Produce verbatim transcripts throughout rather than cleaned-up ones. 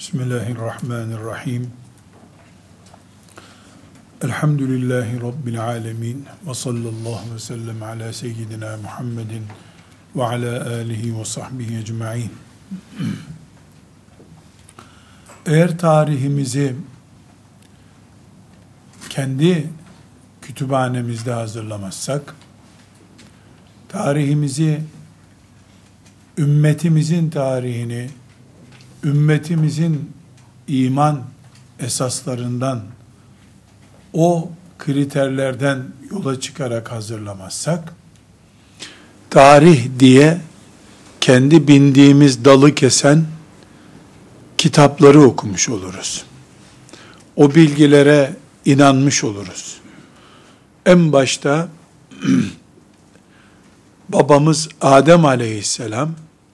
Bismillahirrahmanirrahim. Elhamdülillahi Rabbil alemin. Ve sallallahu ve sellem ala seyyidina Muhammedin ve ala alihi ve sahbihi ecma'in. Eğer tarihimizi kendi kütüphanemizde hazırlamazsak, tarihimizi, ümmetimizin tarihini, ümmetimizin iman esaslarından, o kriterlerden yola çıkarak hazırlamazsak, tarih diye kendi bindiğimiz dalı kesen kitapları okumuş oluruz. O bilgilere inanmış oluruz. En başta babamız Adem aleyhisselam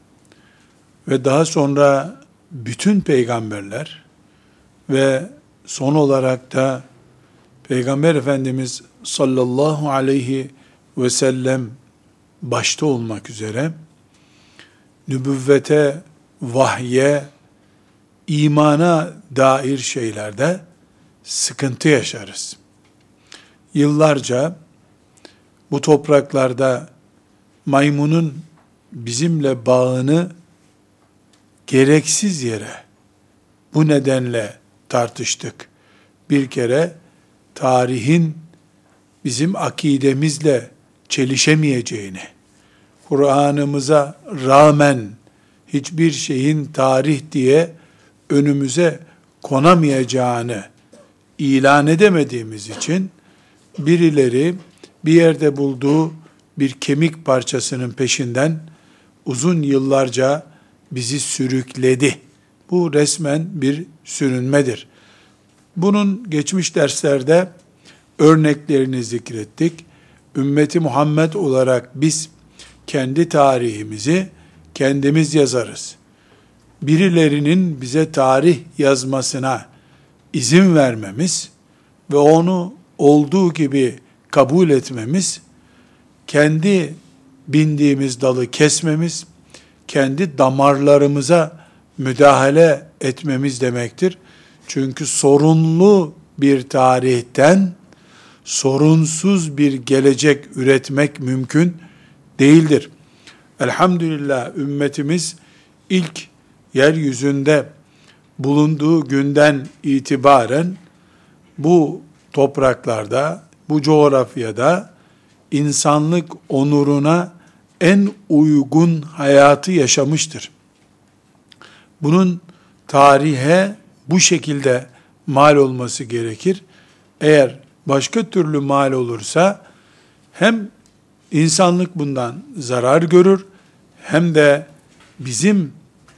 ve daha sonra bütün peygamberler ve son olarak da Peygamber Efendimiz sallallahu aleyhi ve sellem başta olmak üzere nübüvvete, vahye, imana dair şeylerde sıkıntı yaşarız. Yıllarca bu topraklarda maymunun bizimle bağını gereksiz yere bu nedenle tartıştık. Bir kere tarihin bizim akidemizle çelişemeyeceğini, Kur'an'ımıza rağmen hiçbir şeyin tarih diye önümüze konamayacağını ilan edemediğimiz için birileri bir yerde bulduğu bir kemik parçasının peşinden uzun yıllarca bizi sürükledi. Bu resmen bir sürünmedir. Bunun geçmiş derslerde örneklerini zikrettik. Ümmeti Muhammed olarak biz kendi tarihimizi kendimiz yazarız. Birilerinin bize tarih yazmasına izin vermemiz ve onu olduğu gibi kabul etmemiz, kendi bindiğimiz dalı kesmemiz, kendi damarlarımıza müdahale etmemiz demektir. Çünkü sorunlu bir tarihten sorunsuz bir gelecek üretmek mümkün değildir. Elhamdülillah ümmetimiz ilk yeryüzünde bulunduğu günden itibaren bu topraklarda, bu coğrafyada insanlık onuruna en uygun hayatı yaşamıştır. Bunun tarihe bu şekilde mal olması gerekir. Eğer başka türlü mal olursa hem insanlık bundan zarar görür hem de bizim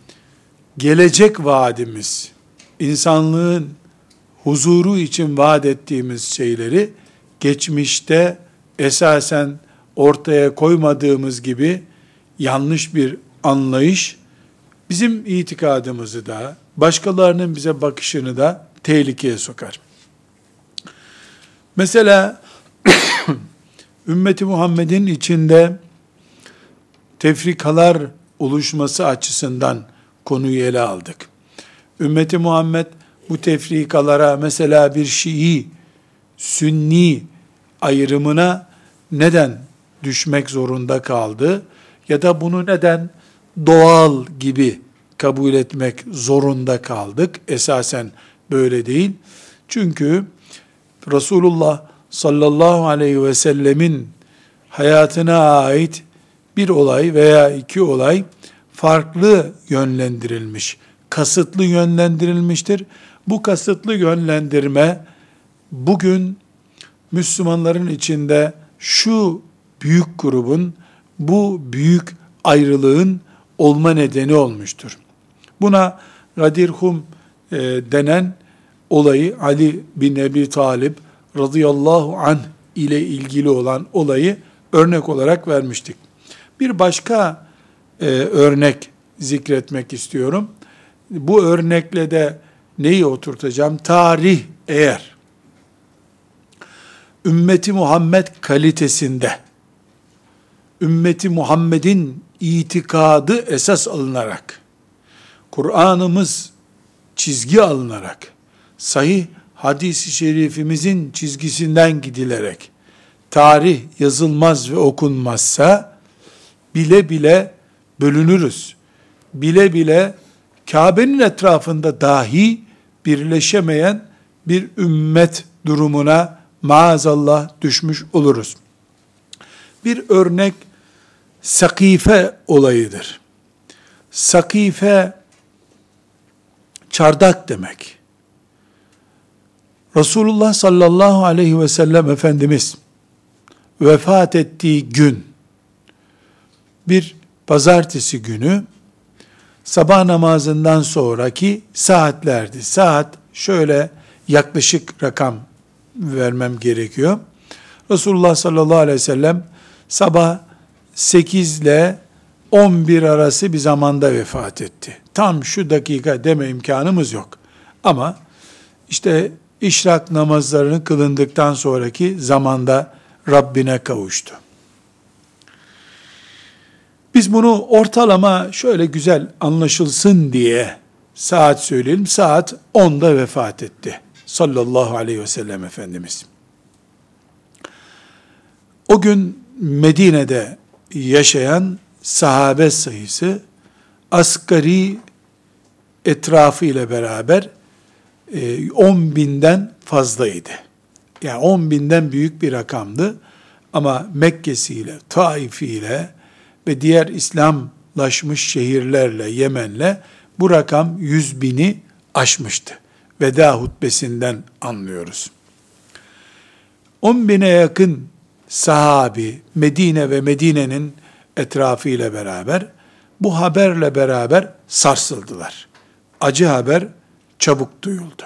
gelecek vaadimiz, insanlığın huzuru için vaat ettiğimiz şeyleri geçmişte esasen ortaya koymadığımız gibi yanlış bir anlayış bizim itikadımızı da, başkalarının bize bakışını da tehlikeye sokar. Mesela ümmeti Muhammed'in içinde tefrikalar oluşması açısından konuyu ele aldık. Ümmeti Muhammed bu tefrikalara, mesela bir Şii, Sünni ayrımına neden düşmek zorunda kaldı? Ya da bunu neden doğal gibi kabul etmek zorunda kaldık? Esasen böyle değil. Çünkü Resulullah sallallahu aleyhi ve sellemin hayatına ait bir olay veya iki olay farklı yönlendirilmiş, kasıtlı yönlendirilmiştir. Bu kasıtlı yönlendirme bugün Müslümanların içinde şu büyük grubun, bu büyük ayrılığın olma nedeni olmuştur. Buna Gadir Hum e, denen olayı, Ali bin Ebi Talib radıyallahu anh ile ilgili olan olayı örnek olarak vermiştik. Bir başka e, örnek zikretmek istiyorum. Bu örnekle de neyi oturtacağım? Tarih eğer ümmeti Muhammed kalitesinde, ümmeti Muhammed'in itikadı esas alınarak, Kur'an'ımız çizgi alınarak, sahih hadis-i şerifimizin çizgisinden gidilerek, tarih yazılmaz ve okunmazsa, bile bile bölünürüz. Bile bile Kabe'nin etrafında dahi birleşemeyen bir ümmet durumuna maazallah düşmüş oluruz. Bir örnek Sakife olayıdır. Sakife çardak demek. Resulullah sallallahu aleyhi ve sellem Efendimiz vefat ettiği gün, bir pazartesi günü, sabah namazından sonraki saatlerdi. Saat şöyle yaklaşık rakam vermem gerekiyor. Resulullah sallallahu aleyhi ve sellem sabah sekiz ile on bir arası bir zamanda vefat etti. Tam şu dakika deme imkanımız yok. Ama işte işrak namazlarını kılındıktan sonraki zamanda Rabbine kavuştu. Biz bunu ortalama şöyle güzel anlaşılsın diye saat söyleyelim. Saat onda vefat etti sallallahu aleyhi ve sellem Efendimiz. O gün Medine'de yaşayan sahabe sayısı asgari etrafı ile beraber on binden fazlaydı. Yani on binden büyük bir rakamdı. Ama Mekke'siyle, Taif'iyle ve diğer İslamlaşmış şehirlerle, Yemen'le bu rakam yüz bini aşmıştı. Veda hutbesinden anlıyoruz. on bine yakın sahabi Medine ve Medine'nin etrafıyla beraber bu haberle beraber sarsıldılar. Acı haber çabuk duyuldu.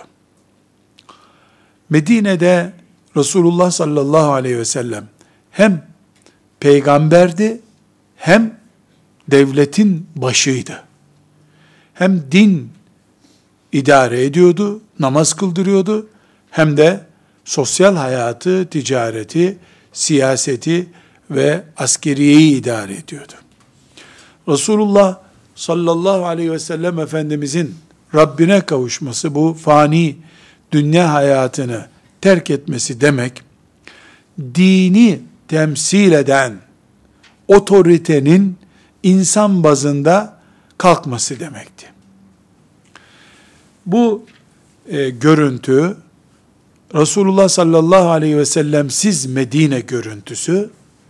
Medine'de Resulullah sallallahu aleyhi ve sellem hem peygamberdi hem devletin başıydı. Hem din idare ediyordu, namaz kıldırıyordu, hem de sosyal hayatı, ticareti, siyaseti ve askeriyeyi idare ediyordu. Resulullah sallallahu aleyhi ve sellem Efendimizin Rabbine kavuşması, bu fani dünya hayatını terk etmesi demek, dini temsil eden otoritenin insan bazında kalkması demekti. Bu e, görüntü, Resulullah sallallahu aleyhi ve sellemsiz Medine görüntüsü,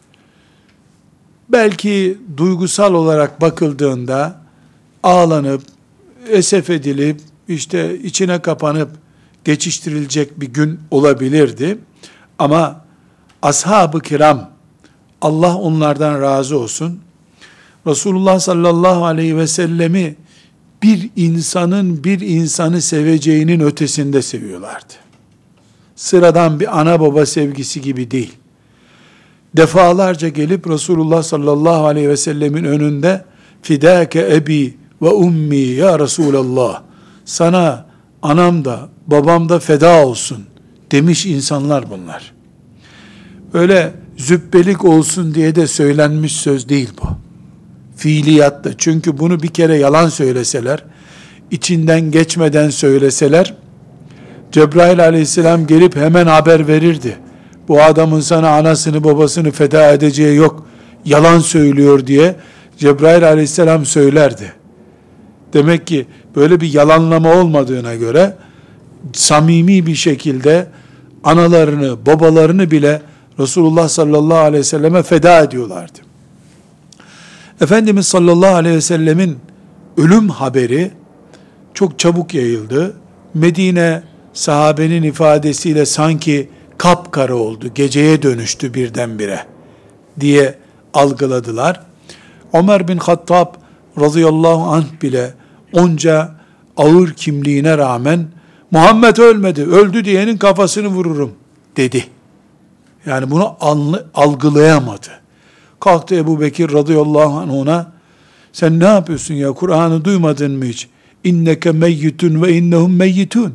belki duygusal olarak bakıldığında ağlanıp, esef edilip, işte içine kapanıp geçiştirilecek bir gün olabilirdi. Ama ashab-ı kiram, Allah onlardan razı olsun, Resulullah sallallahu aleyhi ve sellemi bir insanın bir insanı seveceğinin ötesinde seviyorlardı. Sıradan bir ana baba sevgisi gibi değil. Defalarca gelip Resulullah sallallahu aleyhi ve sellemin önünde fidâke ebi ve ummi ya Resulallah, sana anam da babam da feda olsun demiş insanlar bunlar. Öyle zübbelik olsun diye de söylenmiş söz değil bu. Fiiliyatta, çünkü bunu bir kere yalan söyleseler, içinden geçmeden söyleseler, Cebrail aleyhisselam gelip hemen haber verirdi. Bu adamın sana anasını babasını feda edeceği yok, yalan söylüyor diye Cebrail aleyhisselam söylerdi. Demek ki böyle bir yalanlama olmadığına göre, samimi bir şekilde analarını, babalarını bile Resulullah sallallahu aleyhi ve selleme feda ediyorlardı. Efendimiz sallallahu aleyhi ve sellemin ölüm haberi çok çabuk yayıldı. Medine sahabenin ifadesiyle sanki kapkara oldu, geceye dönüştü birdenbire diye algıladılar. Ömer bin Hattab radıyallahu anh bile onca ağır kimliğine rağmen Muhammed ölmedi, öldü diyenin kafasını vururum dedi. Yani bunu algılayamadı. Kalktı Ebu Bekir radıyallahu anh ona, sen ne yapıyorsun ya, Kur'an'ı duymadın mı hiç? İnneke meyyitun ve innehum meyyitun.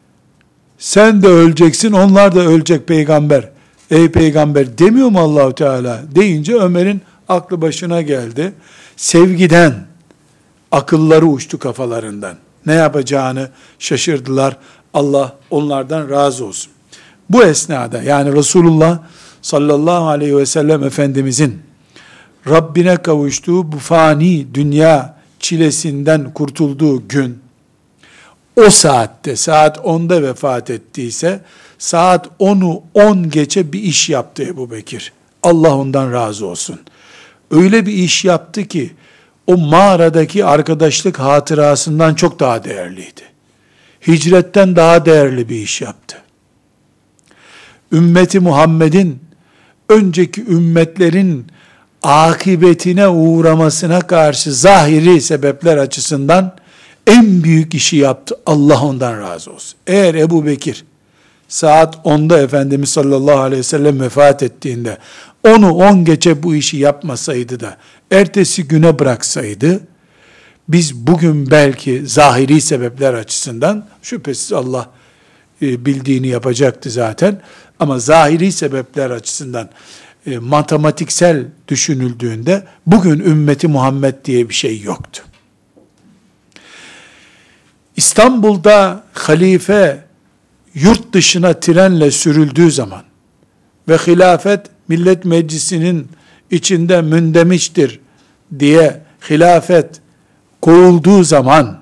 Sen de öleceksin, onlar da ölecek peygamber. Ey peygamber demiyor mu Allahu Teala? Deyince Ömer'in aklı başına geldi. Sevgiden akılları uçtu kafalarından. ne yapacağını şaşırdılar. Allah onlardan razı olsun. Bu esnada yani Resulullah sallallahu aleyhi ve sellem Efendimizin Rabbine kavuştuğu bu fani dünya çilesinden kurtulduğu gün, o saatte, saat onda vefat ettiyse, saat onu on geçe bir iş yaptı Ebu Bekir. Allah ondan razı olsun. Öyle bir iş yaptı ki, o mağaradaki arkadaşlık hatırasından çok daha değerliydi. Hicretten daha değerli bir iş yaptı. Ümmeti Muhammed'in, önceki ümmetlerin akıbetine uğramasına karşı zahiri sebepler açısından en büyük işi yaptı. Allah ondan razı olsun. Eğer Ebu Bekir saat onda Efendimiz sallallahu aleyhi ve sellem vefat ettiğinde onu on geçe bu işi yapmasaydı da ertesi güne bıraksaydı, biz bugün belki zahiri sebepler açısından, şüphesiz Allah e, bildiğini yapacaktı zaten, ama zahiri sebepler açısından e, matematiksel düşünüldüğünde bugün ümmeti Muhammed diye bir şey yoktu. İstanbul'da halife yurt dışına trenle sürüldüğü zaman ve hilafet millet meclisinin içinde mündemiştir diye hilafet kovulduğu zaman,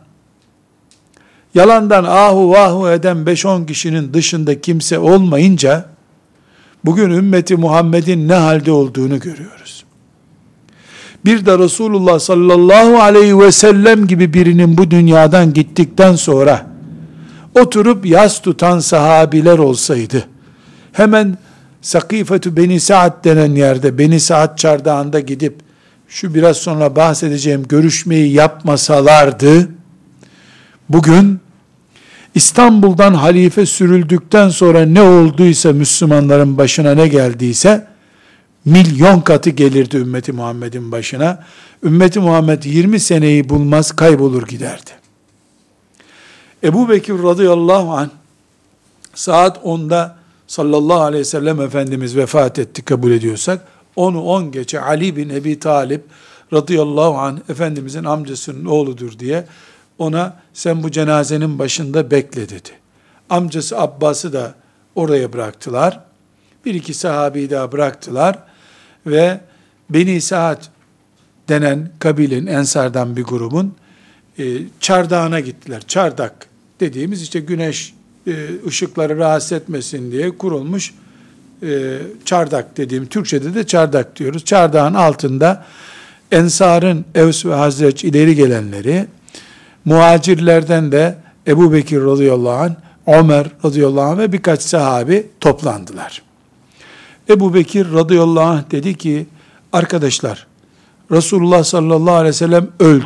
yalandan ahu vahu eden beş on kişinin dışında kimse olmayınca, bugün ümmeti Muhammed'in ne halde olduğunu görüyoruz. Bir de Resulullah sallallahu aleyhi ve sellem gibi birinin bu dünyadan gittikten sonra, oturup yas tutan sahabiler olsaydı, hemen Sakifetü Beni Sa'd denen yerde, Beni Sa'd çardağında gidip, şu biraz sonra bahsedeceğim görüşmeyi yapmasalardı, bugün İstanbul'dan halife sürüldükten sonra ne olduysa, Müslümanların başına ne geldiyse, milyon katı gelirdi ümmeti Muhammed'in başına. Ümmeti Muhammed yirmi seneyi bulmaz, kaybolur giderdi. Ebu Bekir radıyallahu anh, saat onda sallallahu aleyhi ve sellem Efendimiz vefat etti kabul ediyorsak, onu on geçe Ali bin Ebi Talib radıyallahu anh, Efendimizin amcasının oğludur diye, ona sen bu cenazenin başında bekle dedi. Amcası Abbas'ı da oraya bıraktılar. Bir iki sahabeyi daha bıraktılar ve Beni Sa'd denen kabilenin, Ensardan bir grubun e, çardağına gittiler. Çardak dediğimiz işte güneş e, ışıkları rahatsız etmesin diye kurulmuş e, çardak dediğim, Türkçe'de de çardak diyoruz. Çardağın altında Ensar'ın Evs ve Hazreç ileri gelenleri, muhacirlerden de Ebu Bekir radıyallahu anh, Ömer radıyallahu anh ve birkaç sahabi toplandılar. Ebu Bekir radıyallahu anh dedi ki, arkadaşlar, Resulullah sallallahu aleyhi ve sellem öldü.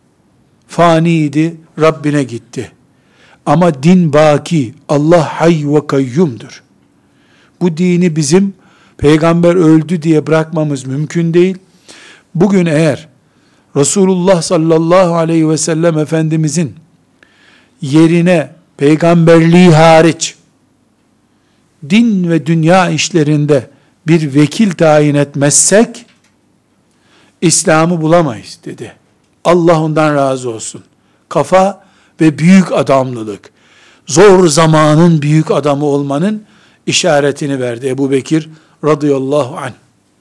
Faniydi, Rabbine gitti. Ama din baki, Allah hayy ve kayyumdur. Bu dini bizim peygamber öldü diye bırakmamız mümkün değil. Bugün eğer Resulullah sallallahu aleyhi ve sellem Efendimizin yerine peygamberliği hariç din ve dünya işlerinde bir vekil tayin etmezsek İslam'ı bulamayız dedi. Allah ondan razı olsun. Kafa ve büyük adamlılık, zor zamanın büyük adamı olmanın işaretini verdi Ebu Bekir radıyallahu anh.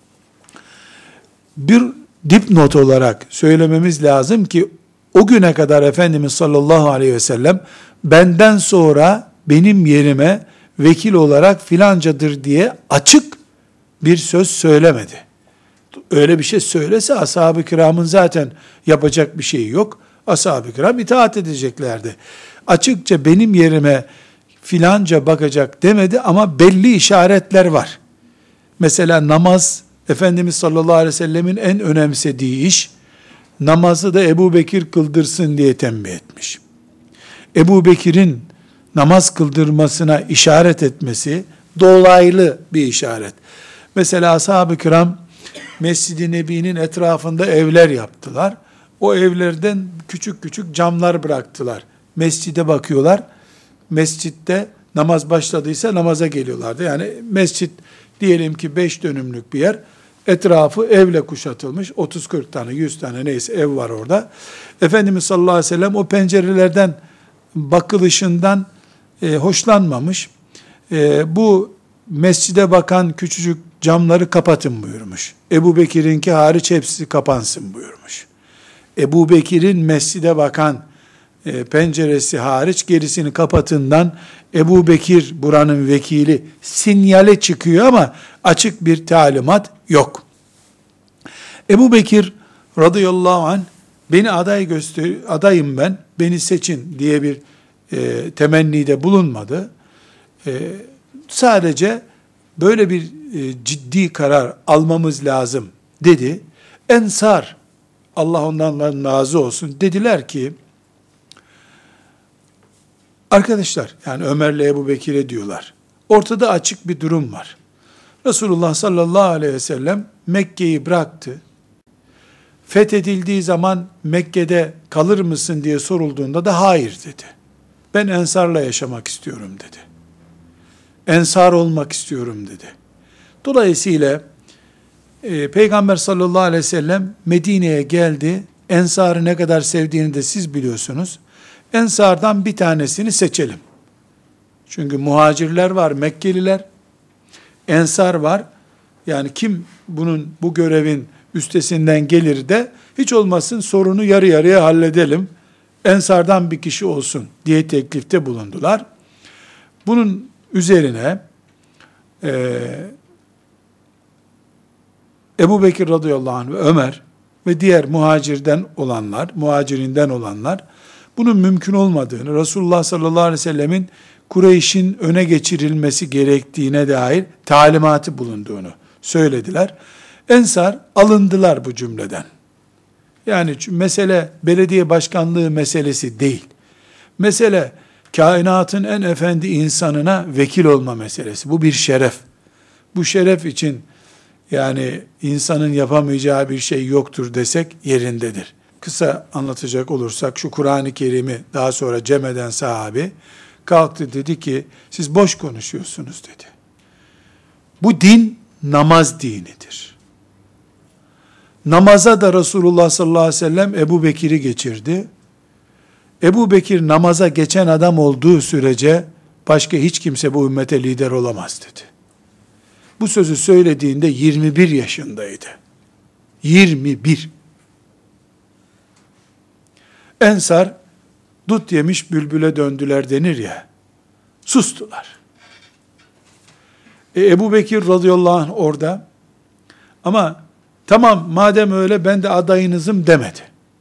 Bir dipnot olarak söylememiz lazım ki, o güne kadar Efendimiz sallallahu aleyhi ve sellem benden sonra benim yerime vekil olarak filancadır diye açık bir söz söylemedi. Öyle bir şey söylese ashab-ı kiramın zaten yapacak bir şeyi yok. Ashab-ı kiram itaat edeceklerdi. Açıkça benim yerime filanca bakacak demedi ama belli işaretler var. Mesela namaz, Efendimiz sallallahu aleyhi ve sellemin en önemsediği iş, namazı da Ebu Bekir kıldırsın diye tembih etmiş. Ebu Bekir'in namaz kıldırmasına işaret etmesi dolaylı bir işaret. Mesela ashab-ı kiram Mescid-i Nebi'nin etrafında evler yaptılar. O evlerden küçük küçük camlar bıraktılar. Mescide bakıyorlar. Mescitte namaz başladıysa namaza geliyorlardı. Yani mescit diyelim ki beş dönümlük bir yer. Etrafı evle kuşatılmış. otuz kırk tane, yüz tane neyse ev var orada. Efendimiz sallallahu aleyhi ve sellem o pencerelerden bakılışından e, hoşlanmamış. E, bu mescide bakan küçücük camları kapatın buyurmuş. Ebu Bekir'inki hariç hepsi kapansın buyurmuş. Ebu Bekir'in mescide bakan e, penceresi hariç gerisini kapatından Ebu Bekir buranın vekili sinyale çıkıyor ama açık bir talimat yok. Ebu Bekir radıyallahu anh beni aday göster, adayım ben, beni seçin diye bir e, temennide bulunmadı. E, sadece böyle bir e, ciddi karar almamız lazım dedi. Ensar, Allah ondan razı olsun, dediler ki, arkadaşlar, yani Ömer'le Ebu Bekir'e diyorlar, ortada açık bir durum var. Resulullah sallallahu aleyhi ve sellem Mekke'yi bıraktı. Fethedildiği zaman Mekke'de kalır mısın diye sorulduğunda da hayır dedi. Ben Ensar'la yaşamak istiyorum dedi. Ensar olmak istiyorum dedi. Dolayısıyla e, Peygamber sallallahu aleyhi ve sellem Medine'ye geldi. Ensar'ı ne kadar sevdiğini de siz biliyorsunuz. Ensar'dan bir tanesini seçelim. Çünkü muhacirler var, Mekkeliler. Ensar var. Yani kim bunun, bu görevin üstesinden gelir de hiç olmasın sorunu yarı yarıya halledelim. Ensardan bir kişi olsun diye teklifte bulundular. Bunun üzerine e, Ebu Bekir radıyallahu anh ve Ömer ve diğer muhacirden olanlar, muhacirinden olanlar bunun mümkün olmadığını, Resulullah sallallahu aleyhi ve sellemin Kureyş'in öne geçirilmesi gerektiğine dair talimatı bulunduğunu söylediler. Ensar alındılar bu cümleden. Yani mesele belediye başkanlığı meselesi değil. Mesele kainatın en efendi insanına vekil olma meselesi. Bu bir şeref. Bu şeref için yani insanın yapamayacağı bir şey yoktur desek yerindedir. Kısa anlatacak olursak şu Kur'an-ı Kerim'i daha sonra cem eden sahabi kalktı dedi ki siz boş konuşuyorsunuz dedi. Bu din namaz dinidir. Namaza da Resulullah sallallahu aleyhi ve sellem Ebu Bekir'i geçirdi. Ebu Bekir namaza geçen adam olduğu sürece başka hiç kimse bu ümmete lider olamaz dedi. Bu sözü söylediğinde yirmi bir yaşındaydı. yirmi bir. Ensar dut yemiş bülbüle döndüler denir ya. Sustular. E, Ebu Bekir radıyallahu anh orada. Ama tamam madem öyle ben de adayınızım demedi.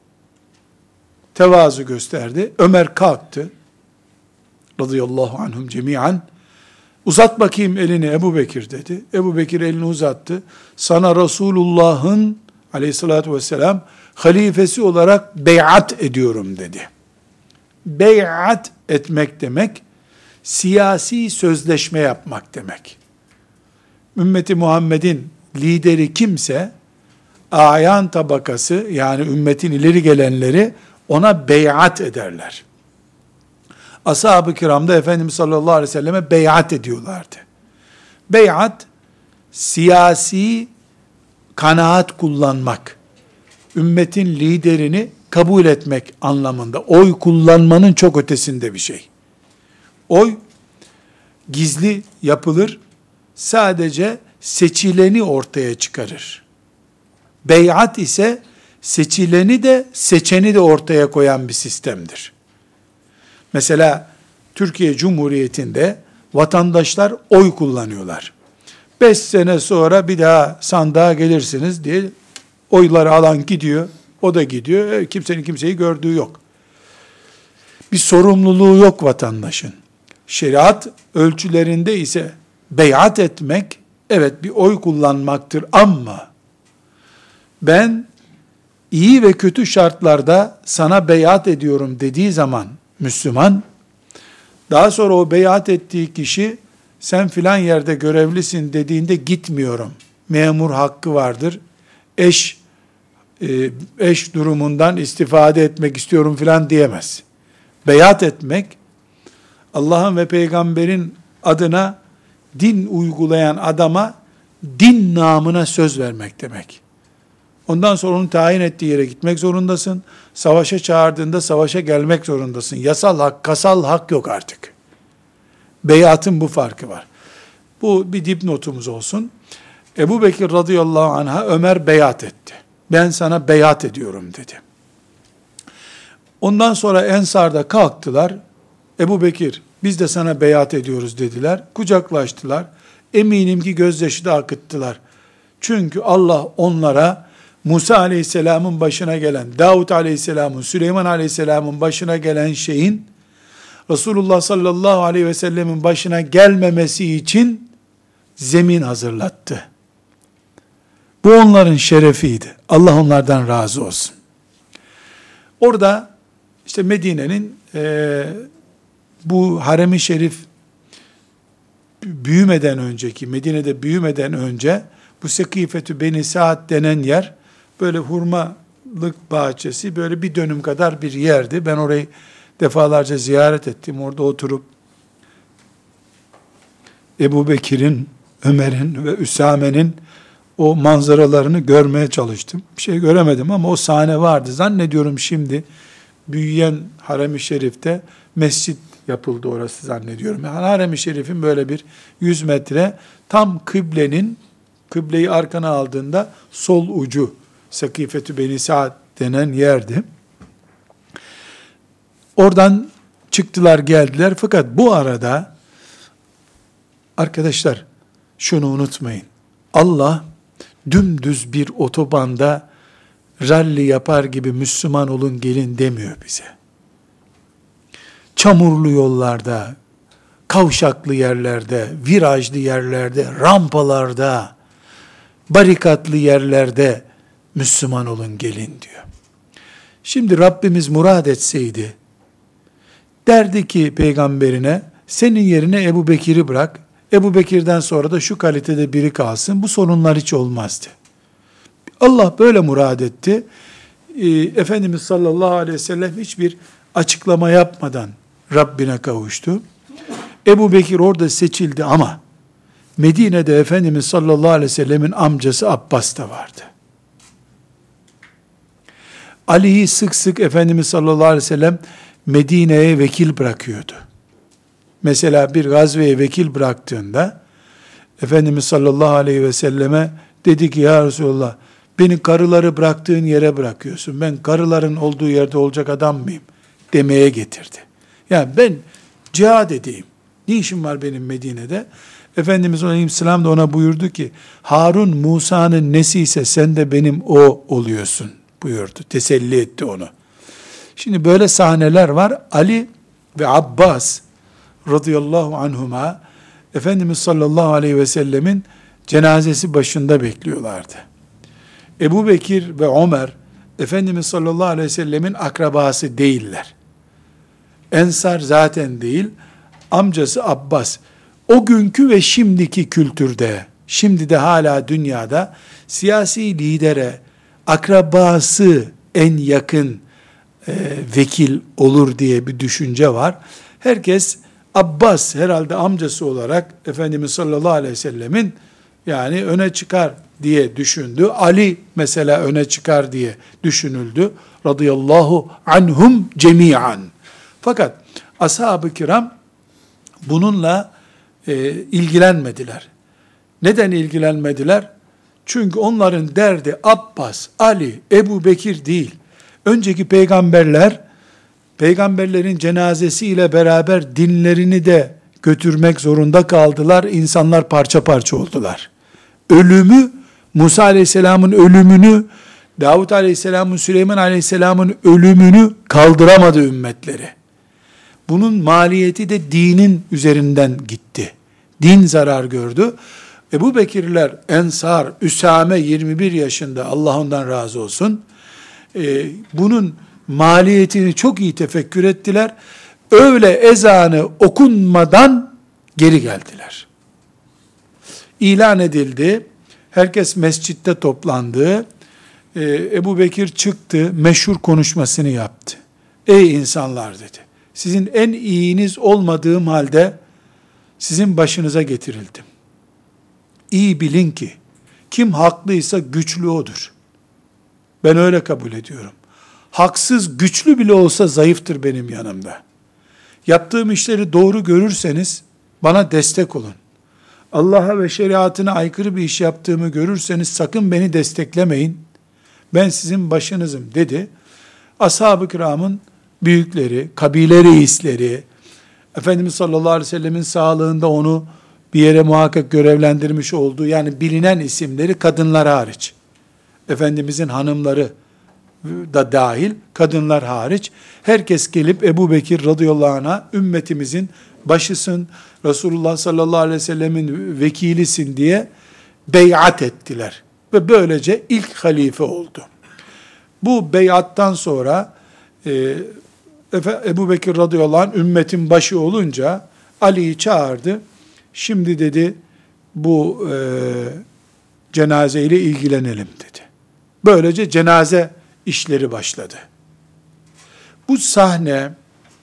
Tevazu gösterdi. Ömer kalktı. Radıyallahu anhum cemiyan. Uzat bakayım elini Ebu Bekir dedi. Ebu Bekir elini uzattı. Sana Resulullah'ın aleyhissalatü vesselam halifesi olarak beyat ediyorum dedi. Beyat etmek demek, siyasi sözleşme yapmak demek. Ümmeti Muhammed'in lideri kimse, ayan tabakası yani ümmetin ileri gelenleri ona beyat ederler. Ashab-ı kiramda Efendimiz sallallahu aleyhi ve selleme beyat ediyorlardı. Beyat, siyasi kanaat kullanmak, ümmetin liderini kabul etmek anlamında. Oy kullanmanın çok ötesinde bir şey. Oy, gizli yapılır, sadece seçileni ortaya çıkarır. Beyat ise seçileni de seçeni de ortaya koyan bir sistemdir. Mesela Türkiye Cumhuriyeti'nde vatandaşlar oy kullanıyorlar. Beş sene sonra bir daha sandığa gelirsiniz diye oyları alan gidiyor, o da gidiyor, kimsenin kimseyi gördüğü yok. Bir sorumluluğu yok vatandaşın. Şeriat ölçülerinde ise beyat etmek, evet bir oy kullanmaktır ama ben iyi ve kötü şartlarda sana beyat ediyorum dediği zaman Müslüman, daha sonra o beyat ettiği kişi sen filan yerde görevlisin dediğinde gitmiyorum. Memur hakkı vardır. Eş e, eş durumundan istifade etmek istiyorum filan diyemez. Beyat etmek Allah'ın ve peygamberin adına din uygulayan adama din namına söz vermek demek. Ondan sonra onun tayin ettiği yere gitmek zorundasın. Savaşa çağırdığında savaşa gelmek zorundasın. Yasal hak, kasal hak yok artık. Beyatın bu farkı var. Bu bir dipnotumuz olsun. Ebu Bekir radıyallahu anh'a Ömer beyat etti. Ben sana beyat ediyorum dedi. Ondan sonra Ensar'da kalktılar. Ebu Bekir biz de sana beyat ediyoruz dediler. Kucaklaştılar. Eminim ki gözyaşı da akıttılar. Çünkü Allah onlara Musa aleyhisselamın başına gelen, Davud aleyhisselamın, Süleyman aleyhisselamın başına gelen şeyin Resulullah sallallahu aleyhi ve sellemin başına gelmemesi için zemin hazırlattı. Bu onların şerefiydi. Allah onlardan razı olsun. Orada işte Medine'nin e, bu harem-i şerif büyümeden önceki, Medine'de büyümeden önce bu Sekifetü Beni Saad denen yer böyle hurmalık bahçesi, böyle bir dönüm kadar bir yerdi. Ben orayı defalarca ziyaret ettim. Orada oturup Ebu Bekir'in, Ömer'in ve Üsame'nin o manzaralarını görmeye çalıştım. Bir şey göremedim ama o sahne vardı. Zannediyorum şimdi büyüyen Harem-i Şerif'te mescit yapıldı orası zannediyorum. Yani Harem-i Şerif'in böyle bir yüz metre tam kıblenin, kıbleyi arkana aldığında sol ucu Sakifetü Beni Saad denen yerdi. Oradan çıktılar geldiler. Fakat bu arada arkadaşlar şunu unutmayın. Allah dümdüz bir otobanda ralli yapar gibi Müslüman olun gelin demiyor bize. Çamurlu yollarda, kavşaklı yerlerde, virajlı yerlerde, rampalarda, barikatlı yerlerde Müslüman olun gelin diyor. Şimdi Rabbimiz murad etseydi, derdi ki peygamberine, senin yerine Ebu Bekir'i bırak, Ebu Bekir'den sonra da şu kalitede biri kalsın, bu sorunlar hiç olmazdı. Allah böyle murad etti. Ee, Efendimiz sallallahu aleyhi ve sellem hiçbir açıklama yapmadan Rabbine kavuştu. Ebu Bekir orada seçildi ama Medine'de Efendimiz sallallahu aleyhi ve sellemin amcası Abbas da vardı. Ali'yi sık sık Efendimiz sallallahu aleyhi ve sellem Medine'ye vekil bırakıyordu. Mesela bir gazveye vekil bıraktığında Efendimiz sallallahu aleyhi ve selleme dedi ki ya Resulallah beni karıları bıraktığın yere bırakıyorsun. Ben karıların olduğu yerde olacak adam mıyım? Demeye getirdi. Yani ben cihad edeyim. Ne işim var benim Medine'de? Efendimiz aleyhisselam da ona buyurdu ki Harun Musa'nın nesi ise sen de benim o oluyorsun buyurdu. Teselli etti onu. Şimdi böyle sahneler var. Ali ve Abbas radıyallahu anhuma Efendimiz sallallahu aleyhi ve sellemin cenazesi başında bekliyorlardı. Ebu Bekir ve Ömer Efendimiz sallallahu aleyhi ve sellemin akrabası değiller. Ensar zaten değil. Amcası Abbas. O günkü ve şimdiki kültürde, şimdi de hala dünyada siyasi lidere akrabası en yakın e, vekil olur diye bir düşünce var. Herkes Abbas herhalde amcası olarak Efendimiz sallallahu aleyhi ve sellemin yani öne çıkar diye düşündü. Ali mesela öne çıkar diye düşünüldü. Radıyallahu anhum cemiyan. Fakat ashab-ı kiram bununla e, ilgilenmediler. Neden ilgilenmediler? Çünkü onların derdi Abbas, Ali, Ebu Bekir değil. Önceki peygamberler, peygamberlerin cenazesiyle beraber dinlerini de götürmek zorunda kaldılar. İnsanlar parça parça oldular. Ölümü, Musa aleyhisselamın ölümünü, Davud aleyhisselamın, Süleyman aleyhisselamın ölümünü kaldıramadı ümmetleri. Bunun maliyeti de dinin üzerinden gitti. Din zarar gördü. Ebu Bekirler, Ensar, Üsame yirmi bir yaşında, Allah ondan razı olsun. Ee, bunun maliyetini çok iyi tefekkür ettiler. Öğle ezanı okunmadan geri geldiler. İlan edildi. Herkes mescitte toplandı. Ee, Ebu Bekir çıktı, meşhur konuşmasını yaptı. Ey insanlar dedi. Sizin en iyiniz olmadığım halde sizin başınıza getirildim. iyi bilin ki, kim haklıysa güçlü odur. Ben öyle kabul ediyorum. Haksız, güçlü bile olsa zayıftır benim yanımda. Yaptığım işleri doğru görürseniz, bana destek olun. Allah'a ve şeriatına aykırı bir iş yaptığımı görürseniz, sakın beni desteklemeyin. Ben sizin başınızım dedi. Ashab-ı kiramın büyükleri, kabile reisleri, Efendimiz sallallahu aleyhi ve sellemin sağlığında onu bir yere muhakkak görevlendirmiş olduğu, yani bilinen isimleri, kadınlar hariç, Efendimizin hanımları da dahil, kadınlar hariç, herkes gelip Ebu Bekir radıyallahu anh'a ümmetimizin başısın, Resulullah sallallahu aleyhi ve sellemin vekilisin diye beyat ettiler. Ve böylece ilk halife oldu. Bu beyattan sonra e, Ebu Bekir radıyallahu anh ümmetin başı olunca Ali'yi çağırdı. Şimdi dedi bu e, cenazeyle ilgilenelim dedi. Böylece cenaze işleri başladı. Bu sahne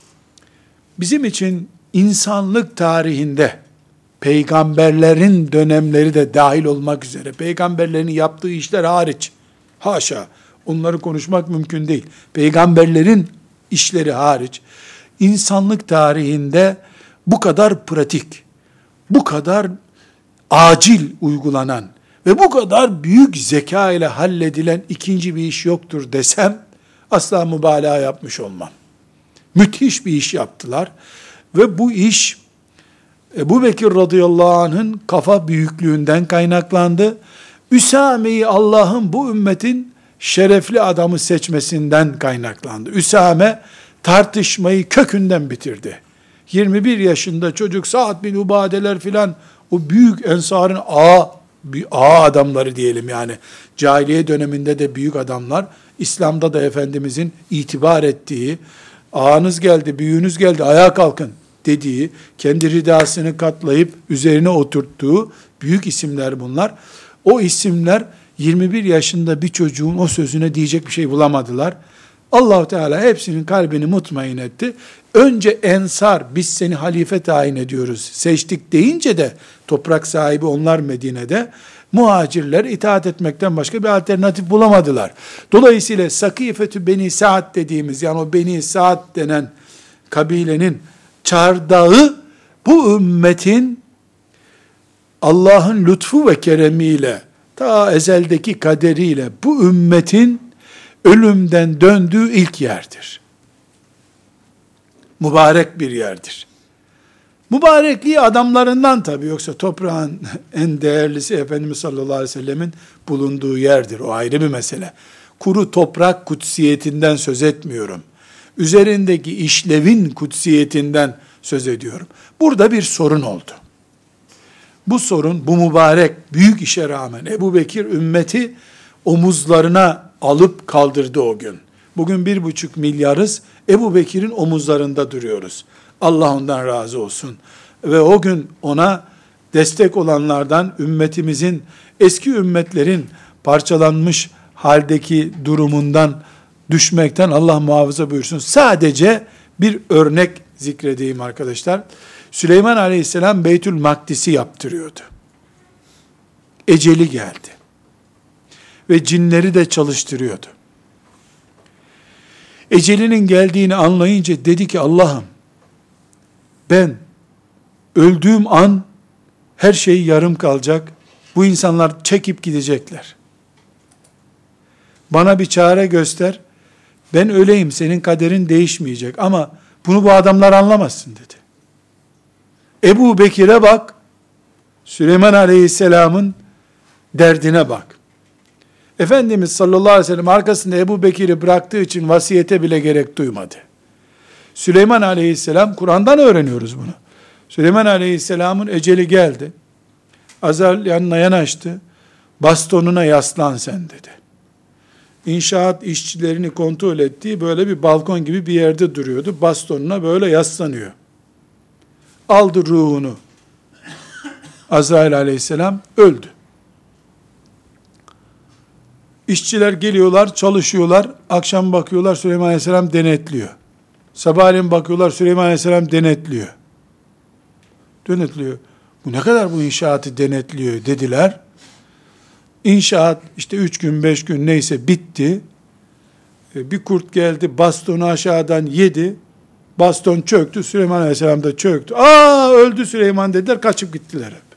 bizim için insanlık tarihinde peygamberlerin dönemleri de dahil olmak üzere, peygamberlerin yaptığı işler hariç, haşa, onları konuşmak mümkün değil. Peygamberlerin işleri hariç, insanlık tarihinde bu kadar pratik, bu kadar acil uygulanan ve bu kadar büyük zeka ile halledilen ikinci bir iş yoktur desem, asla mübalağa yapmış olmam. Müthiş bir iş yaptılar ve bu iş Ebu Bekir radıyallahu anh'ın kafa büyüklüğünden kaynaklandı. Üsame'yi Allah'ın bu ümmetin şerefli adamı seçmesinden kaynaklandı. Üsame tartışmayı kökünden bitirdi. yirmi bir yaşında çocuk, Sa'd bin Ubadeler filan, o büyük ensarın ağa, ağa adamları diyelim yani. Cahiliye döneminde de büyük adamlar, İslam'da da Efendimizin itibar ettiği, ağanız geldi, büyüğünüz geldi, ayağa kalkın dediği, kendi ridasını katlayıp üzerine oturttuğu büyük isimler bunlar. O isimler yirmi bir yaşında bir çocuğun o sözüne diyecek bir şey bulamadılar. Allah-u Teala hepsinin kalbini mutmain etti. Önce ensar, biz seni halife tayin ediyoruz, seçtik deyince de, toprak sahibi onlar Medine'de, muhacirler itaat etmekten başka bir alternatif bulamadılar. Dolayısıyla Sakifetü Beni Sa'd dediğimiz, yani o Beni Sa'd denen kabilenin çardağı, bu ümmetin Allah'ın lütfu ve keremiyle, ta ezeldeki kaderiyle bu ümmetin ölümden döndüğü ilk yerdir. Mübarek bir yerdir. Mübarekliği adamlarından tabii, yoksa toprağın en değerlisi Efendimiz sallallahu aleyhi ve sellemin bulunduğu yerdir. O ayrı bir mesele. Kuru toprak kutsiyetinden söz etmiyorum. Üzerindeki işlevin kutsiyetinden söz ediyorum. Burada bir sorun oldu. Bu sorun, bu mübarek büyük işe rağmen Ebu Bekir ümmeti omuzlarına alıp kaldırdı o gün. Bugün bir buçuk milyarız, Ebu Bekir'in omuzlarında duruyoruz. Allah ondan razı olsun. Ve o gün ona destek olanlardan, ümmetimizin, eski ümmetlerin parçalanmış haldeki durumundan düşmekten Allah muhafaza buyursun. Sadece bir örnek zikredeyim arkadaşlar. Süleyman aleyhisselam Beytül Makdis'i yaptırıyordu. Eceli geldi. Ve cinleri de çalıştırıyordu. Ecelinin geldiğini anlayınca dedi ki, Allah'ım, ben öldüğüm an her şey yarım kalacak. Bu insanlar çekip gidecekler. Bana bir çare göster. Ben öleyim, senin kaderin değişmeyecek ama bunu bu adamlar anlamazsın dedi. Ebu Bekir'e bak, Süleyman Aleyhisselam'ın derdine bak. Efendimiz sallallahu aleyhi ve sellem arkasında Ebu Bekir'i bıraktığı için vasiyete bile gerek duymadı. Süleyman Aleyhisselam, Kur'an'dan öğreniyoruz bunu. Süleyman Aleyhisselam'ın eceli geldi. Azrail yanına yanaştı. Bastonuna yaslan sen dedi. İnşaat işçilerini kontrol ettiği böyle bir balkon gibi bir yerde duruyordu. Bastonuna böyle yaslanıyor. Aldı ruhunu. Azrail Aleyhisselam öldü. İşçiler geliyorlar, çalışıyorlar. Akşam bakıyorlar, Süleyman Aleyhisselam denetliyor. Sabahleyin bakıyorlar, Süleyman Aleyhisselam denetliyor. Denetliyor. Bu ne kadar bu inşaatı denetliyor dediler. İnşaat işte üç gün beş gün neyse bitti. Bir kurt geldi, bastonu aşağıdan yedi. Baston çöktü, Süleyman Aleyhisselam da çöktü. Aa, öldü Süleyman dediler, kaçıp gittiler hep.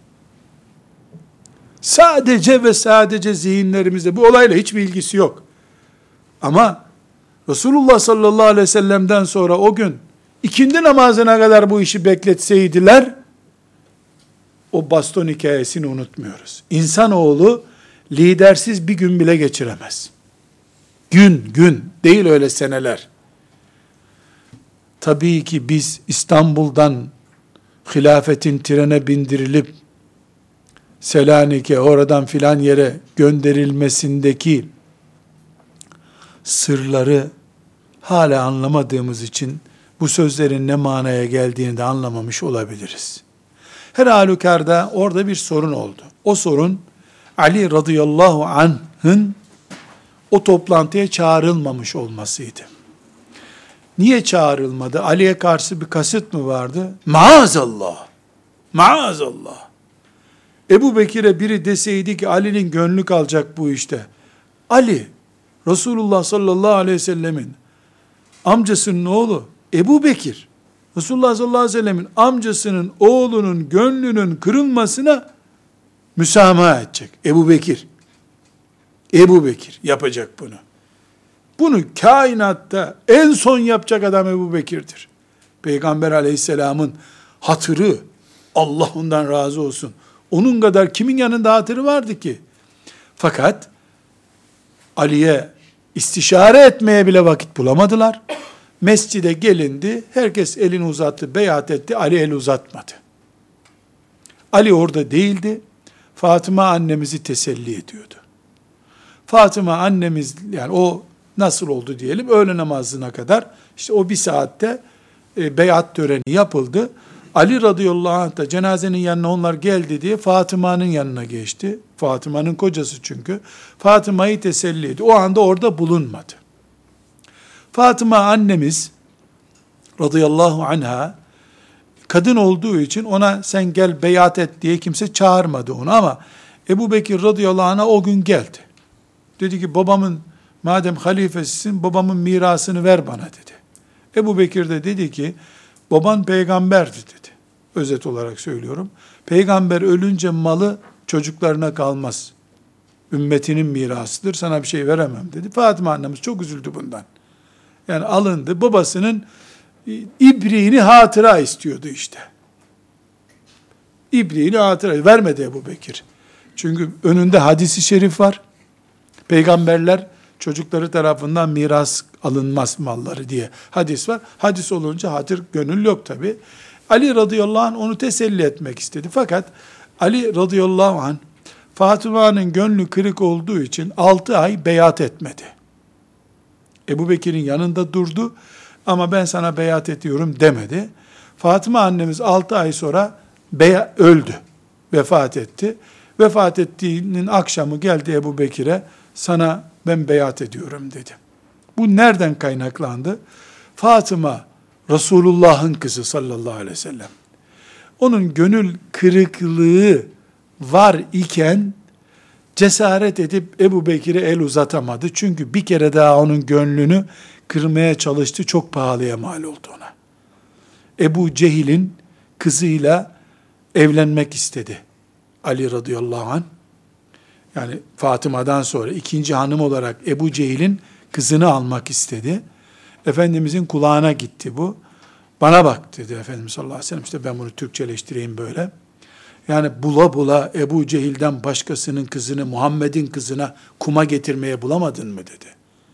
Sadece ve sadece zihinlerimizde, bu olayla hiçbir ilgisi yok. Ama Resulullah sallallahu aleyhi ve sellem'den sonra o gün ikindi namazına kadar bu işi bekletseydiler, o baston hikayesini unutmuyoruz. İnsanoğlu lidersiz bir gün bile geçiremez. Gün, gün değil, öyle seneler. Tabii ki biz İstanbul'dan hilafetin trene bindirilip Selanik'e, oradan filan yere gönderilmesindeki sırları hala anlamadığımız için bu sözlerin ne manaya geldiğini de anlamamış olabiliriz. Her halükarda orada bir sorun oldu. O sorun Ali radıyallahu anh'ın o toplantıya çağrılmamış olmasıydı. Niye çağrılmadı? Ali'ye karşı bir kasıt mı vardı? Maazallah. Maazallah. Ebu Bekir'e biri deseydi ki Ali'nin gönlü kalacak bu işte. Ali, Resulullah sallallahu aleyhi ve sellemin amcasının oğlu Ebu Bekir, Resulullah sallallahu aleyhi ve sellemin amcasının oğlunun gönlünün kırılmasına müsamaha edecek. Ebu Bekir. Ebu Bekir yapacak bunu. Bunu kainatta en son yapacak adam Ebu Bekir'dir. Peygamber aleyhisselamın hatırı, Allah ondan razı olsun. Onun kadar kimin yanında hatırı vardı ki? Fakat Ali'ye istişare etmeye bile vakit bulamadılar. Mescide gelindi, herkes elini uzattı, beyat etti, Ali el uzatmadı. Ali orada değildi, Fatıma annemizi teselli ediyordu. Fatıma annemiz, yani o nasıl oldu diyelim, öğle namazına kadar, işte o bir saatte e, beyat töreni yapıldı. Ali radıyallahu anh da cenazenin yanına onlar geldi diye Fatıma'nın yanına geçti. Fatıma'nın kocası çünkü. Fatıma'yı teselli ediyor. O anda orada bulunmadı. Fatıma annemiz radıyallahu anha kadın olduğu için ona sen gel beyat et diye kimse çağırmadı onu, ama Ebu Bekir radıyallahu anh'a o gün geldi. Dedi ki babamın, madem halifesisin, babamın mirasını ver bana dedi. Ebu Bekir de dedi ki baban peygamberdi dedi. Özet olarak söylüyorum. Peygamber ölünce malı çocuklarına kalmaz. Ümmetinin mirasıdır. Sana bir şey veremem dedi. Fatıma annemiz çok üzüldü bundan. Yani alındı. Babasının ibriğini hatıra istiyordu işte. İbriğini hatıra vermedi Ebu Bekir. Çünkü önünde hadisi şerif var. Peygamberler çocukları tarafından miras alınmaz malları diye hadis var. Hadis olunca hatır gönül yok tabi. Ali radıyallahu anh onu teselli etmek istedi. Fakat Ali radıyallahu anh Fatıma'nın gönlü kırık olduğu için altı ay beyat etmedi. Ebu Bekir'in yanında durdu ama ben sana beyat ediyorum demedi. Fatıma annemiz altı ay sonra beya, öldü. Vefat etti. Vefat ettiğinin akşamı geldi Ebu Bekir'e, sana ben beyat ediyorum dedi. Bu nereden kaynaklandı? Fatıma Resulullah'ın kızı sallallahu aleyhi ve sellem. Onun gönül kırıklığı var iken cesaret edip Ebu Bekir'e el uzatamadı. Çünkü bir kere daha onun gönlünü kırmaya çalıştı. Çok pahalıya mal oldu ona. Ebu Cehil'in kızıyla evlenmek istedi Ali radıyallahu anh. Yani Fatıma'dan sonra ikinci hanım olarak Ebu Cehil'in kızını almak istedi. Efendimizin kulağına gitti bu. Bana bak dedi Efendimiz sallallahu aleyhi ve sellem. İşte ben bunu Türkçeleştireyim böyle. Yani bula bula Ebu Cehil'den başkasının kızını Muhammed'in kızına kuma getirmeye bulamadın mı dedi.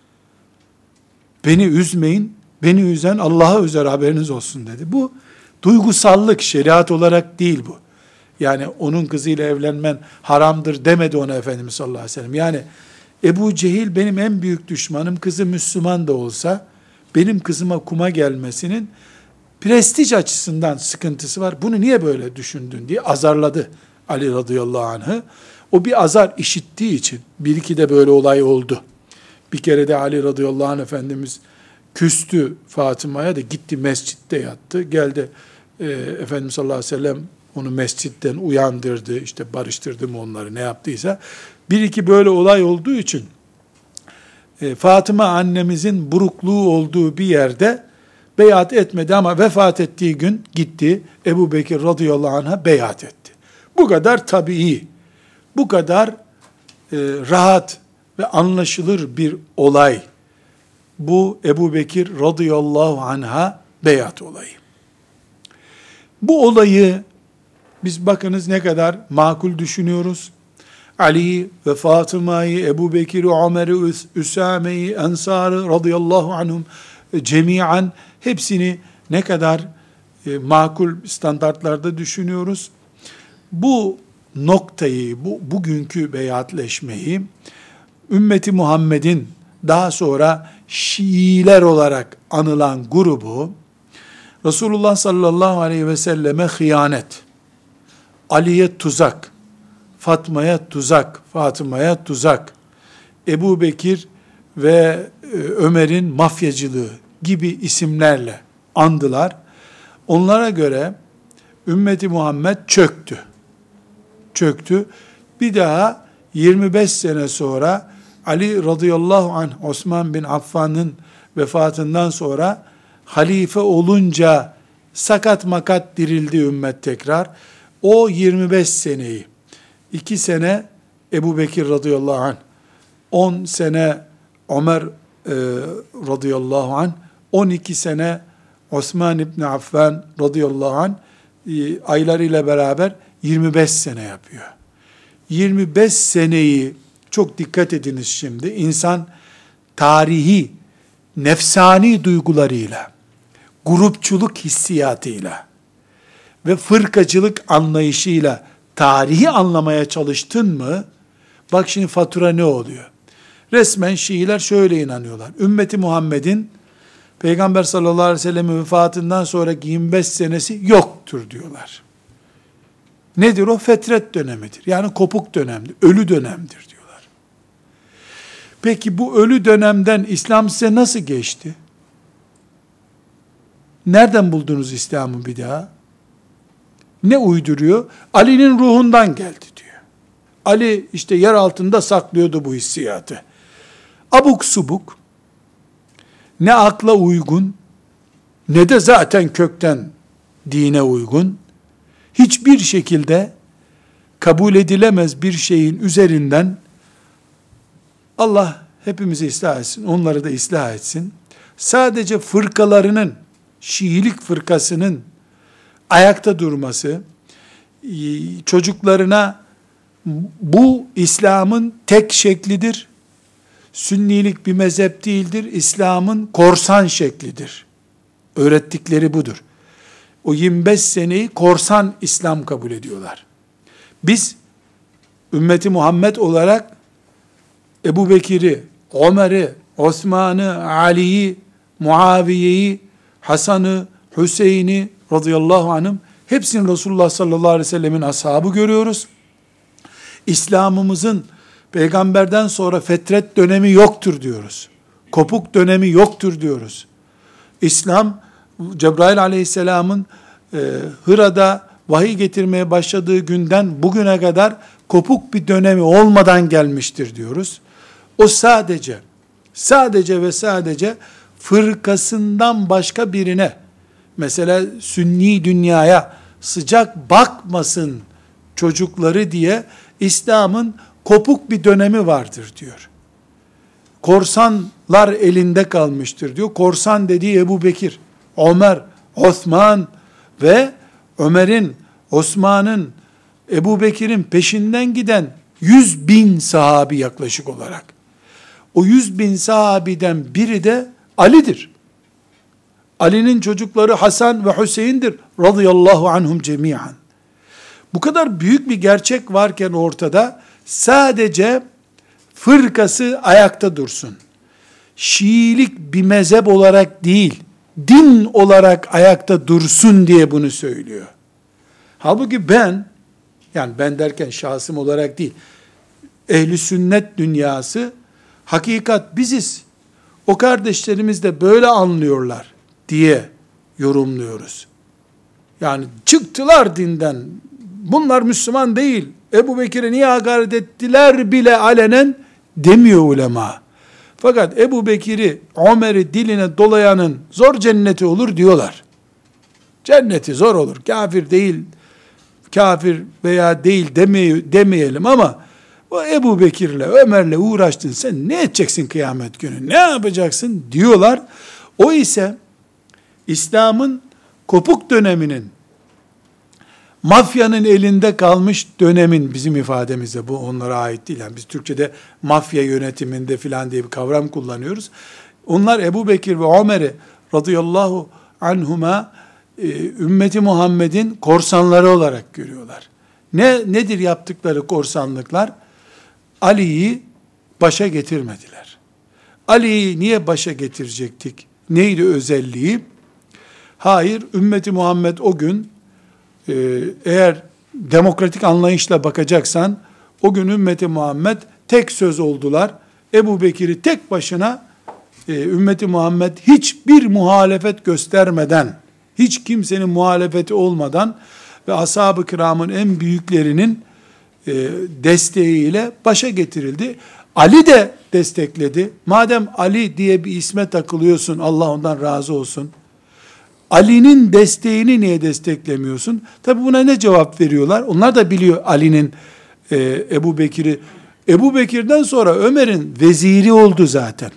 Beni üzmeyin, beni üzen Allah'a üzer, haberiniz olsun dedi. Bu duygusallık, şeriat olarak değil bu. Yani onun kızıyla evlenmen haramdır demedi ona Efendimiz sallallahu aleyhi ve sellem. Yani Ebu Cehil benim en büyük düşmanım, kızı Müslüman da olsa benim kızıma kuma gelmesinin prestij açısından sıkıntısı var. Bunu niye böyle düşündün diye azarladı Ali radıyallahu anh'ı. O bir azar işittiği için, bir iki de böyle olay oldu. Bir kere de Ali radıyallahu anh Efendimiz küstü Fatıma'ya, da gitti mescitte yattı. Geldi e, Efendimiz sallallahu aleyhi ve sellem onu mescitten uyandırdı, işte barıştırdı mı onları, ne yaptıysa. Bir iki böyle olay olduğu için e, Fatıma annemizin burukluğu olduğu bir yerde beyat etmedi ama vefat ettiği gün gitti, Ebu Bekir radıyallahu anh'a beyat etti. Bu kadar tabii, bu kadar e, rahat ve anlaşılır bir olay. Bu Ebu Bekir radıyallahu anh'a beyat olayı. Bu olayı biz bakınız ne kadar makul düşünüyoruz. Ali ve Fatıma'yı, Ebu Bekir'i, Ömer'i, Üsame'yi, Ensar'ı radıyallahu anhum cemiyen hepsini ne kadar e, makul standartlarda düşünüyoruz. Bu noktayı, bu bugünkü beyatleşmeyi ümmeti Muhammed'in daha sonra Şiiler olarak anılan grubu Resulullah sallallahu aleyhi ve selleme hıyanet, Ali'ye tuzak, Fatma'ya tuzak, Fatıma'ya tuzak, Ebu Bekir ve Ömer'in mafyacılığı gibi isimlerle andılar. Onlara göre ümmeti Muhammed çöktü. Çöktü. Bir daha yirmi beş sene sonra Ali radıyallahu anh, Osman bin Affan'ın vefatından sonra halife olunca sakat makat dirildi ümmet tekrar. O yirmi beş seneyi, iki sene Ebu Bekir radıyallahu anh, on sene Ömer e, radıyallahu anh, on iki sene Osman İbni Affan radıyallahu anh, e, aylarıyla beraber yirmi beş sene yapıyor. yirmi beş seneyi çok dikkat ediniz şimdi. İnsan tarihi, nefsani duygularıyla, grupçuluk hissiyatıyla ve fırkacılık anlayışıyla tarihi anlamaya çalıştın mı, bak şimdi fatura ne oluyor? Resmen Şiiler şöyle inanıyorlar. Ümmeti Muhammed'in Peygamber sallallahu aleyhi ve sellem'in vefatından sonraki yirmi beş senesi yoktur diyorlar. Nedir o? Fetret dönemidir. Yani kopuk dönemdir, ölü dönemdir diyorlar. Peki bu ölü dönemden İslam size nasıl geçti? Nereden buldunuz İslam'ı bir daha? Ne uyduruyor? Ali'nin ruhundan geldi diyor. Ali işte yer altında saklıyordu bu hissiyatı. Abuk subuk, ne akla uygun, ne de zaten kökten dine uygun, hiçbir şekilde kabul edilemez bir şeyin üzerinden Allah hepimizi ıslah etsin, onları da ıslah etsin. Sadece fırkalarının, Şiilik fırkasının ayakta durması, çocuklarına bu İslam'ın tek şeklidir, Sünnilik bir mezhep değildir, İslam'ın korsan şeklidir. Öğrettikleri budur. O yirmi beş seneyi korsan İslam kabul ediyorlar. Biz ümmeti Muhammed olarak Ebu Bekir'i, Ömer'i, Osman'ı, Ali'yi, Muaviye'yi, Hasan'ı, Hüseyin'i radıyallahu anhüm hepsini Resulullah sallallahu aleyhi ve sellemin ashabı görüyoruz. İslam'ımızın peygamberden sonra fetret dönemi yoktur diyoruz. Kopuk dönemi yoktur diyoruz. İslam, Cebrail aleyhisselamın e, Hıra'da vahiy getirmeye başladığı günden bugüne kadar kopuk bir dönemi olmadan gelmiştir diyoruz. O sadece, sadece ve sadece fırkasından başka birine, mesela Sünni dünyaya sıcak bakmasın çocukları diye İslam'ın kopuk bir dönemi vardır diyor. Korsanlar elinde kalmıştır diyor. Korsan dediği Ebu Bekir, Ömer, Osman ve Ömer'in, Osman'ın, Ebu Bekir'in peşinden giden yüz bin sahabi yaklaşık olarak. O yüz bin sahabiden biri de Ali'dir. Ali'nin çocukları Hasan ve Hüseyin'dir radıyallahu anhum cemiyen. Bu kadar büyük bir gerçek varken ortada sadece fırkası ayakta dursun. Şiilik bir mezhep olarak değil, din olarak ayakta dursun diye bunu söylüyor. Halbuki ben, yani ben derken şahsım olarak değil, ehli sünnet dünyası, hakikat biziz, o kardeşlerimiz de böyle anlıyorlar diye yorumluyoruz. Yani çıktılar dinden. Bunlar Müslüman değil. Ebu Bekir'e niye hakaret ettiler bile alenen demiyor ulema. Fakat Ebu Bekir'i, Ömer'i diline dolayanın zor cenneti olur diyorlar. Cenneti zor olur. Kafir değil, kafir veya değil demey demeyelim ama o Ebu Bekir'le, Ömer'le uğraştın, sen ne edeceksin kıyamet günü? Ne yapacaksın diyorlar. O ise İslam'ın kopuk döneminin, mafyanın elinde kalmış dönemin, bizim ifademizde bu onlara ait değil. Yani biz Türkçe'de mafya yönetiminde filan diye bir kavram kullanıyoruz. Onlar Ebu Bekir ve Ömer'i radıyallahu anhuma e, ümmeti Muhammed'in korsanları olarak görüyorlar. Ne nedir yaptıkları korsanlıklar? Ali'yi başa getirmediler. Ali'yi niye başa getirecektik? Neydi özelliği? Hayır, ümmeti Muhammed o gün e, eğer demokratik anlayışla bakacaksan o gün ümmeti Muhammed tek söz oldular. Ebu Bekir'i tek başına e, ümmeti Muhammed hiçbir muhalefet göstermeden, hiç kimsenin muhalefeti olmadan ve ashab-ı kiramın en büyüklerinin e, desteğiyle başa getirildi. Ali de destekledi. Madem Ali diye bir isme takılıyorsun, Allah ondan razı olsun. Ali'nin desteğini niye desteklemiyorsun? Tabi buna ne cevap veriyorlar? Onlar da biliyor Ali'nin e, Ebu Bekir'i. Ebu Bekir'den sonra Ömer'in veziri oldu zaten.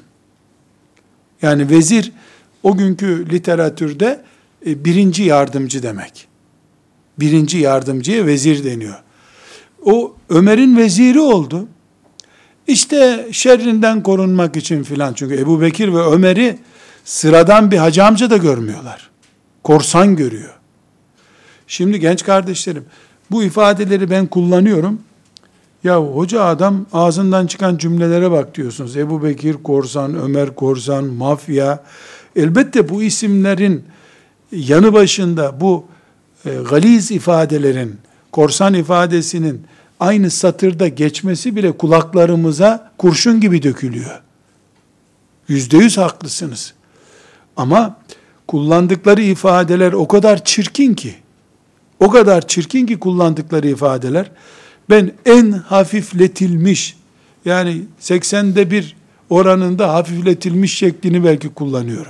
Yani vezir o günkü literatürde e, birinci yardımcı demek. Birinci yardımcıya vezir deniyor. O Ömer'in veziri oldu. İşte şerrinden korunmak için filan. Çünkü Ebu Bekir ve Ömer'i sıradan bir hacı amca da görmüyorlar. Korsan görüyor. Şimdi genç kardeşlerim, bu ifadeleri ben kullanıyorum. Ya hoca adam ağzından çıkan cümlelere bak diyorsunuz. Ebu Bekir korsan, Ömer korsan, mafya. Elbette bu isimlerin yanı başında bu e, galiz ifadelerin, korsan ifadesinin aynı satırda geçmesi bile kulaklarımıza kurşun gibi dökülüyor. Yüzde yüz haklısınız. Ama kullandıkları ifadeler o kadar çirkin ki, o kadar çirkin ki kullandıkları ifadeler, ben en hafifletilmiş, yani seksende bir oranında hafifletilmiş şeklini belki kullanıyorum.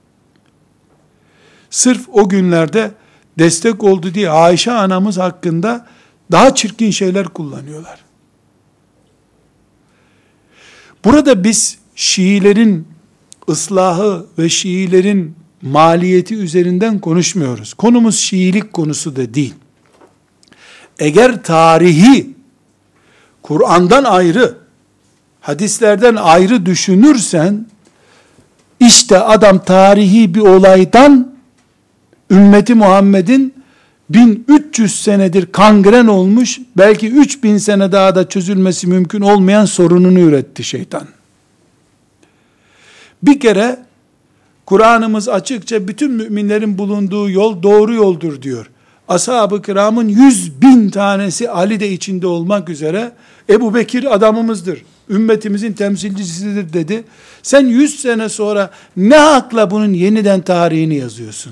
Sırf o günlerde destek oldu diye Ayşe anamız hakkında daha çirkin şeyler kullanıyorlar. Burada biz Şiilerin ıslahı ve Şiilerin maliyeti üzerinden konuşmuyoruz. Konumuz Şiilik konusu da değil. Eğer tarihi Kur'an'dan ayrı, hadislerden ayrı düşünürsen, işte adam tarihi bir olaydan ümmeti Muhammed'in bin üç yüz senedir kangren olmuş, belki üç bin sene daha da çözülmesi mümkün olmayan sorununu üretti şeytan. Bir kere Kur'an'ımız açıkça bütün müminlerin bulunduğu yol doğru yoldur diyor. Ashab-ı kiramın yüz bin tanesi Ali de içinde olmak üzere Ebu Bekir adamımızdır, ümmetimizin temsilcisidir dedi. Sen yüz sene sonra ne hakla bunun yeniden tarihini yazıyorsun?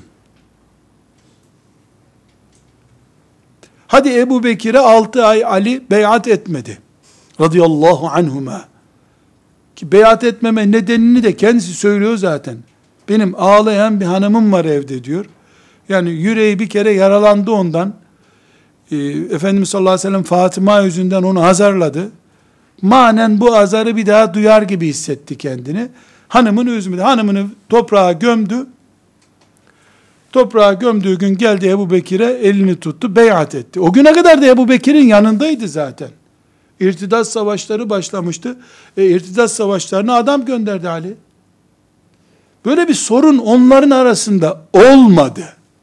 Hadi Ebu Bekir'e altı ay Ali beyat etmedi. Radıyallahu anhuma. Ki beyat etmeme nedenini de kendisi söylüyor zaten. Benim ağlayan bir hanımım var evde diyor. Yani yüreği bir kere yaralandı ondan. Ee, Efendimiz sallallahu aleyhi ve sellem Fatıma yüzünden onu azarladı. Manen bu azarı bir daha duyar gibi hissetti kendini. Hanımını üzmedi. Hanımını toprağa gömdü. Toprağa gömdüğü gün geldi Ebu Bekir'e, elini tuttu, beyat etti. O güne kadar da Ebu Bekir'in yanındaydı zaten. İrtidat savaşları başlamıştı. E, irtidat savaşlarına adam gönderdi Ali. Böyle bir sorun onların arasında olmadı.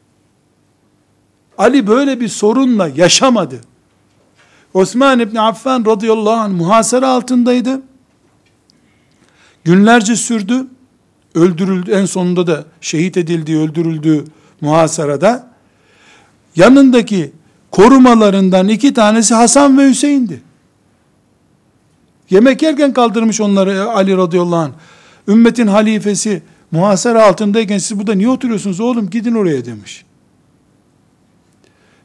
Ali böyle bir sorunla yaşamadı. Osman İbni Affan radıyallahu anh muhasara altındaydı. Günlerce sürdü. Öldürüldü. En sonunda da şehit edildiği, öldürüldüğü muhasarada yanındaki korumalarından iki tanesi Hasan ve Hüseyin'di. Yemek yerken kaldırmış onları Ali radıyallahu anh. Ümmetin halifesi muhasara altındayken siz burada niye oturuyorsunuz oğlum, gidin oraya demiş.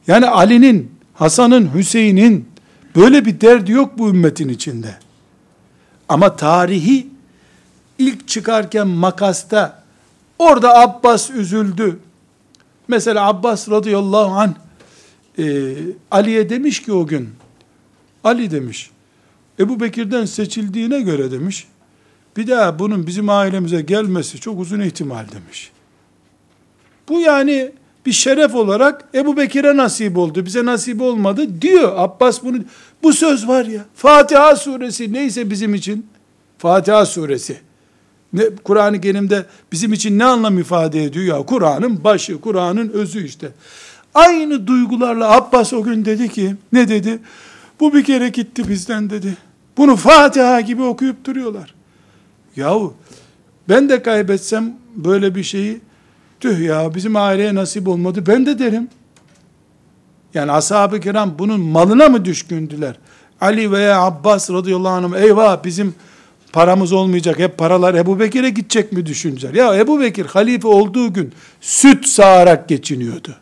Yani Ali'nin, Hasan'ın, Hüseyin'in böyle bir derdi yok bu ümmetin içinde. Ama tarihi ilk çıkarken makasta orada Abbas üzüldü. Mesela Abbas radıyallahu anh e, Ali'ye demiş ki o gün, Ali demiş, Ebu Bekir'den seçildiğine göre demiş, bir daha bunun bizim ailemize gelmesi çok uzun ihtimal demiş. Bu yani bir şeref olarak Ebu Bekir'e nasip oldu, bize nasip olmadı diyor. Abbas bunu, bu söz var ya, Fatiha suresi neyse bizim için, Fatiha suresi, ne, Kur'an-ı Kerim'de bizim için ne anlam ifade ediyor ya, Kur'an'ın başı, Kur'an'ın özü işte. Aynı duygularla Abbas o gün dedi ki, ne dedi? Bu bir kere gitti bizden dedi. Bunu Fatiha gibi okuyup duruyorlar. Yahu ben de kaybetsem böyle bir şeyi, tüh ya bizim aileye nasip olmadı ben de derim. Yani ashab-ı kiram bunun malına mı düşkündüler? Ali veya Abbas radıyallahu anh, eyvah bizim paramız olmayacak, hep paralar Ebu Bekir'e gidecek mi düşündüler? Ya Ebu Bekir halife olduğu gün süt sağarak geçiniyordu.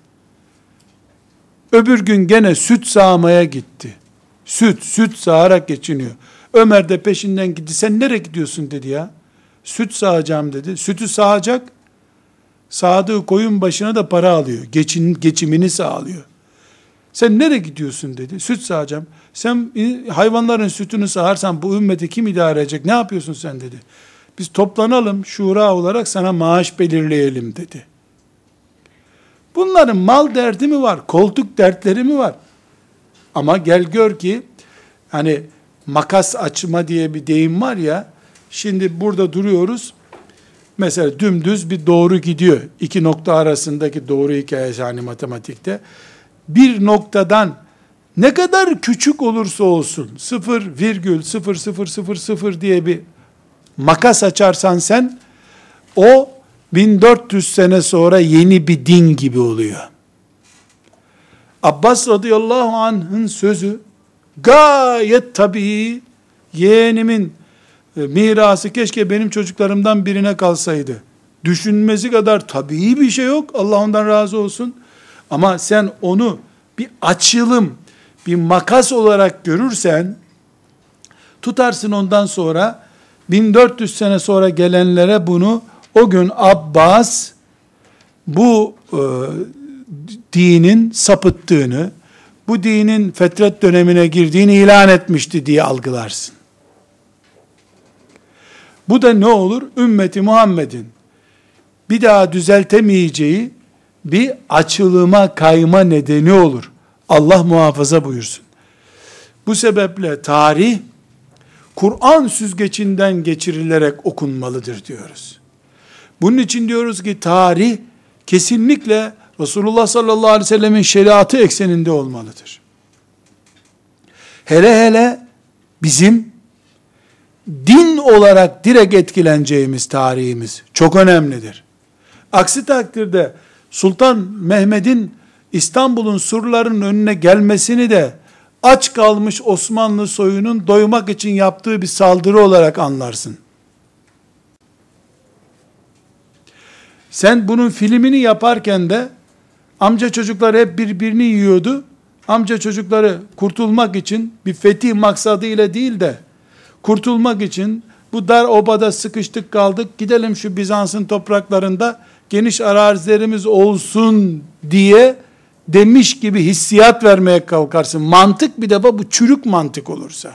Öbür gün gene süt sağmaya gitti. Süt, süt sağarak geçiniyor. Ömer de peşinden gitti. Sen nereye gidiyorsun dedi ya. Süt sağacağım dedi. Sütü sağacak. Sağdığı koyun başına da para alıyor. Geçin, geçimini sağlıyor. Sen nereye gidiyorsun dedi. Süt sağacağım. Sen hayvanların sütünü sağarsan bu ümmeti kim idare edecek? Ne yapıyorsun sen dedi. Biz toplanalım şura olarak sana maaş belirleyelim dedi. Bunların mal derdi mi var? Koltuk dertleri mi var? Ama gel gör ki hani makas açma diye bir deyim var ya, şimdi burada duruyoruz. Mesela dümdüz bir doğru gidiyor. İki nokta arasındaki doğru hikayesi hani matematikte. Bir noktadan ne kadar küçük olursa olsun sıfır virgül sıfır sıfır sıfır sıfır diye bir makas açarsan sen, o bin dört yüz sene sonra yeni bir din gibi oluyor. Abbas radıyallahu anh'ın sözü gayet tabii, yeğenimin mirası keşke benim çocuklarımdan birine kalsaydı düşünmesi kadar tabii bir şey yok. Allah ondan razı olsun. Ama sen onu bir açılım, bir makas olarak görürsen, tutarsın ondan sonra bin dört yüz sene sonra gelenlere bunu, o gün Abbas bu e, dinin sapıttığını, bu dinin fetret dönemine girdiğini ilan etmişti diye algılarsın. Bu da ne olur? Ümmeti Muhammed'in bir daha düzeltemeyeceği bir açılıma kayma nedeni olur. Allah muhafaza buyursun. Bu sebeple tarih, Kur'an süzgecinden geçirilerek okunmalıdır diyoruz. Bunun için diyoruz ki tarih, kesinlikle Resulullah sallallahu aleyhi ve sellemin şeriatı ekseninde olmalıdır. Hele hele bizim din olarak direkt etkileneceğimiz tarihimiz çok önemlidir. Aksi takdirde Sultan Mehmet'in İstanbul'un surlarının önüne gelmesini de aç kalmış Osmanlı soyunun doymak için yaptığı bir saldırı olarak anlarsın. Sen bunun filmini yaparken de amca çocukları hep birbirini yiyordu. Amca çocukları kurtulmak için bir fetih maksadıyla değil de kurtulmak için bu dar obada sıkıştık kaldık, gidelim şu Bizans'ın topraklarında geniş arazilerimiz olsun diye demiş gibi hissiyat vermeye kalkarsın. Mantık bir defa bu çürük mantık olursa.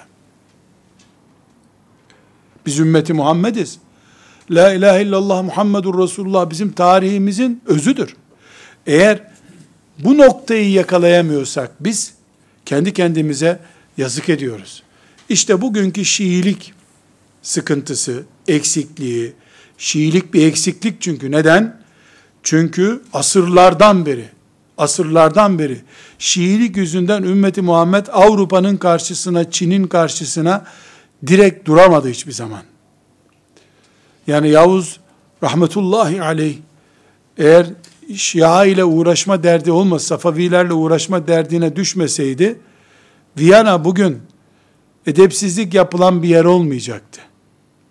Biz ümmeti Muhammediz. La ilahe illallah Muhammedur Resulullah bizim tarihimizin özüdür. Eğer bu noktayı yakalayamıyorsak biz kendi kendimize yazık ediyoruz. İşte bugünkü Şiilik sıkıntısı, eksikliği, Şiilik bir eksiklik çünkü. Neden? Çünkü asırlardan beri, asırlardan beri Şiilik yüzünden ümmeti Muhammed Avrupa'nın karşısına, Çin'in karşısına direkt duramadı hiçbir zaman. Yani Yavuz rahmetullahi aleyh eğer Şia ile uğraşma derdi olmasa, Safavilerle uğraşma derdine düşmeseydi, Viyana bugün edepsizlik yapılan bir yer olmayacaktı.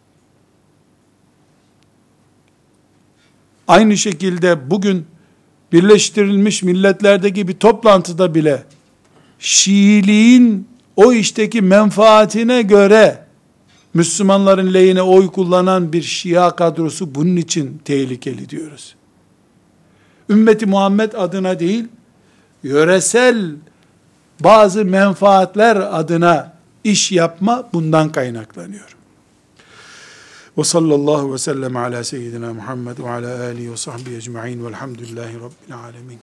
Aynı şekilde bugün Birleştirilmiş Milletler'deki bir toplantıda bile Şiiliğin o işteki menfaatine göre Müslümanların lehine oy kullanan bir Şia kadrosu bunun için tehlikeli diyoruz. Ümmeti Muhammed adına değil, yöresel bazı menfaatler adına iş yapma bundan kaynaklanıyor. Ve sallallahu ve sellem ala seyyidina Muhammed ve ala alihi ve sahbihi ecma'in velhamdülillahi rabbil alemin.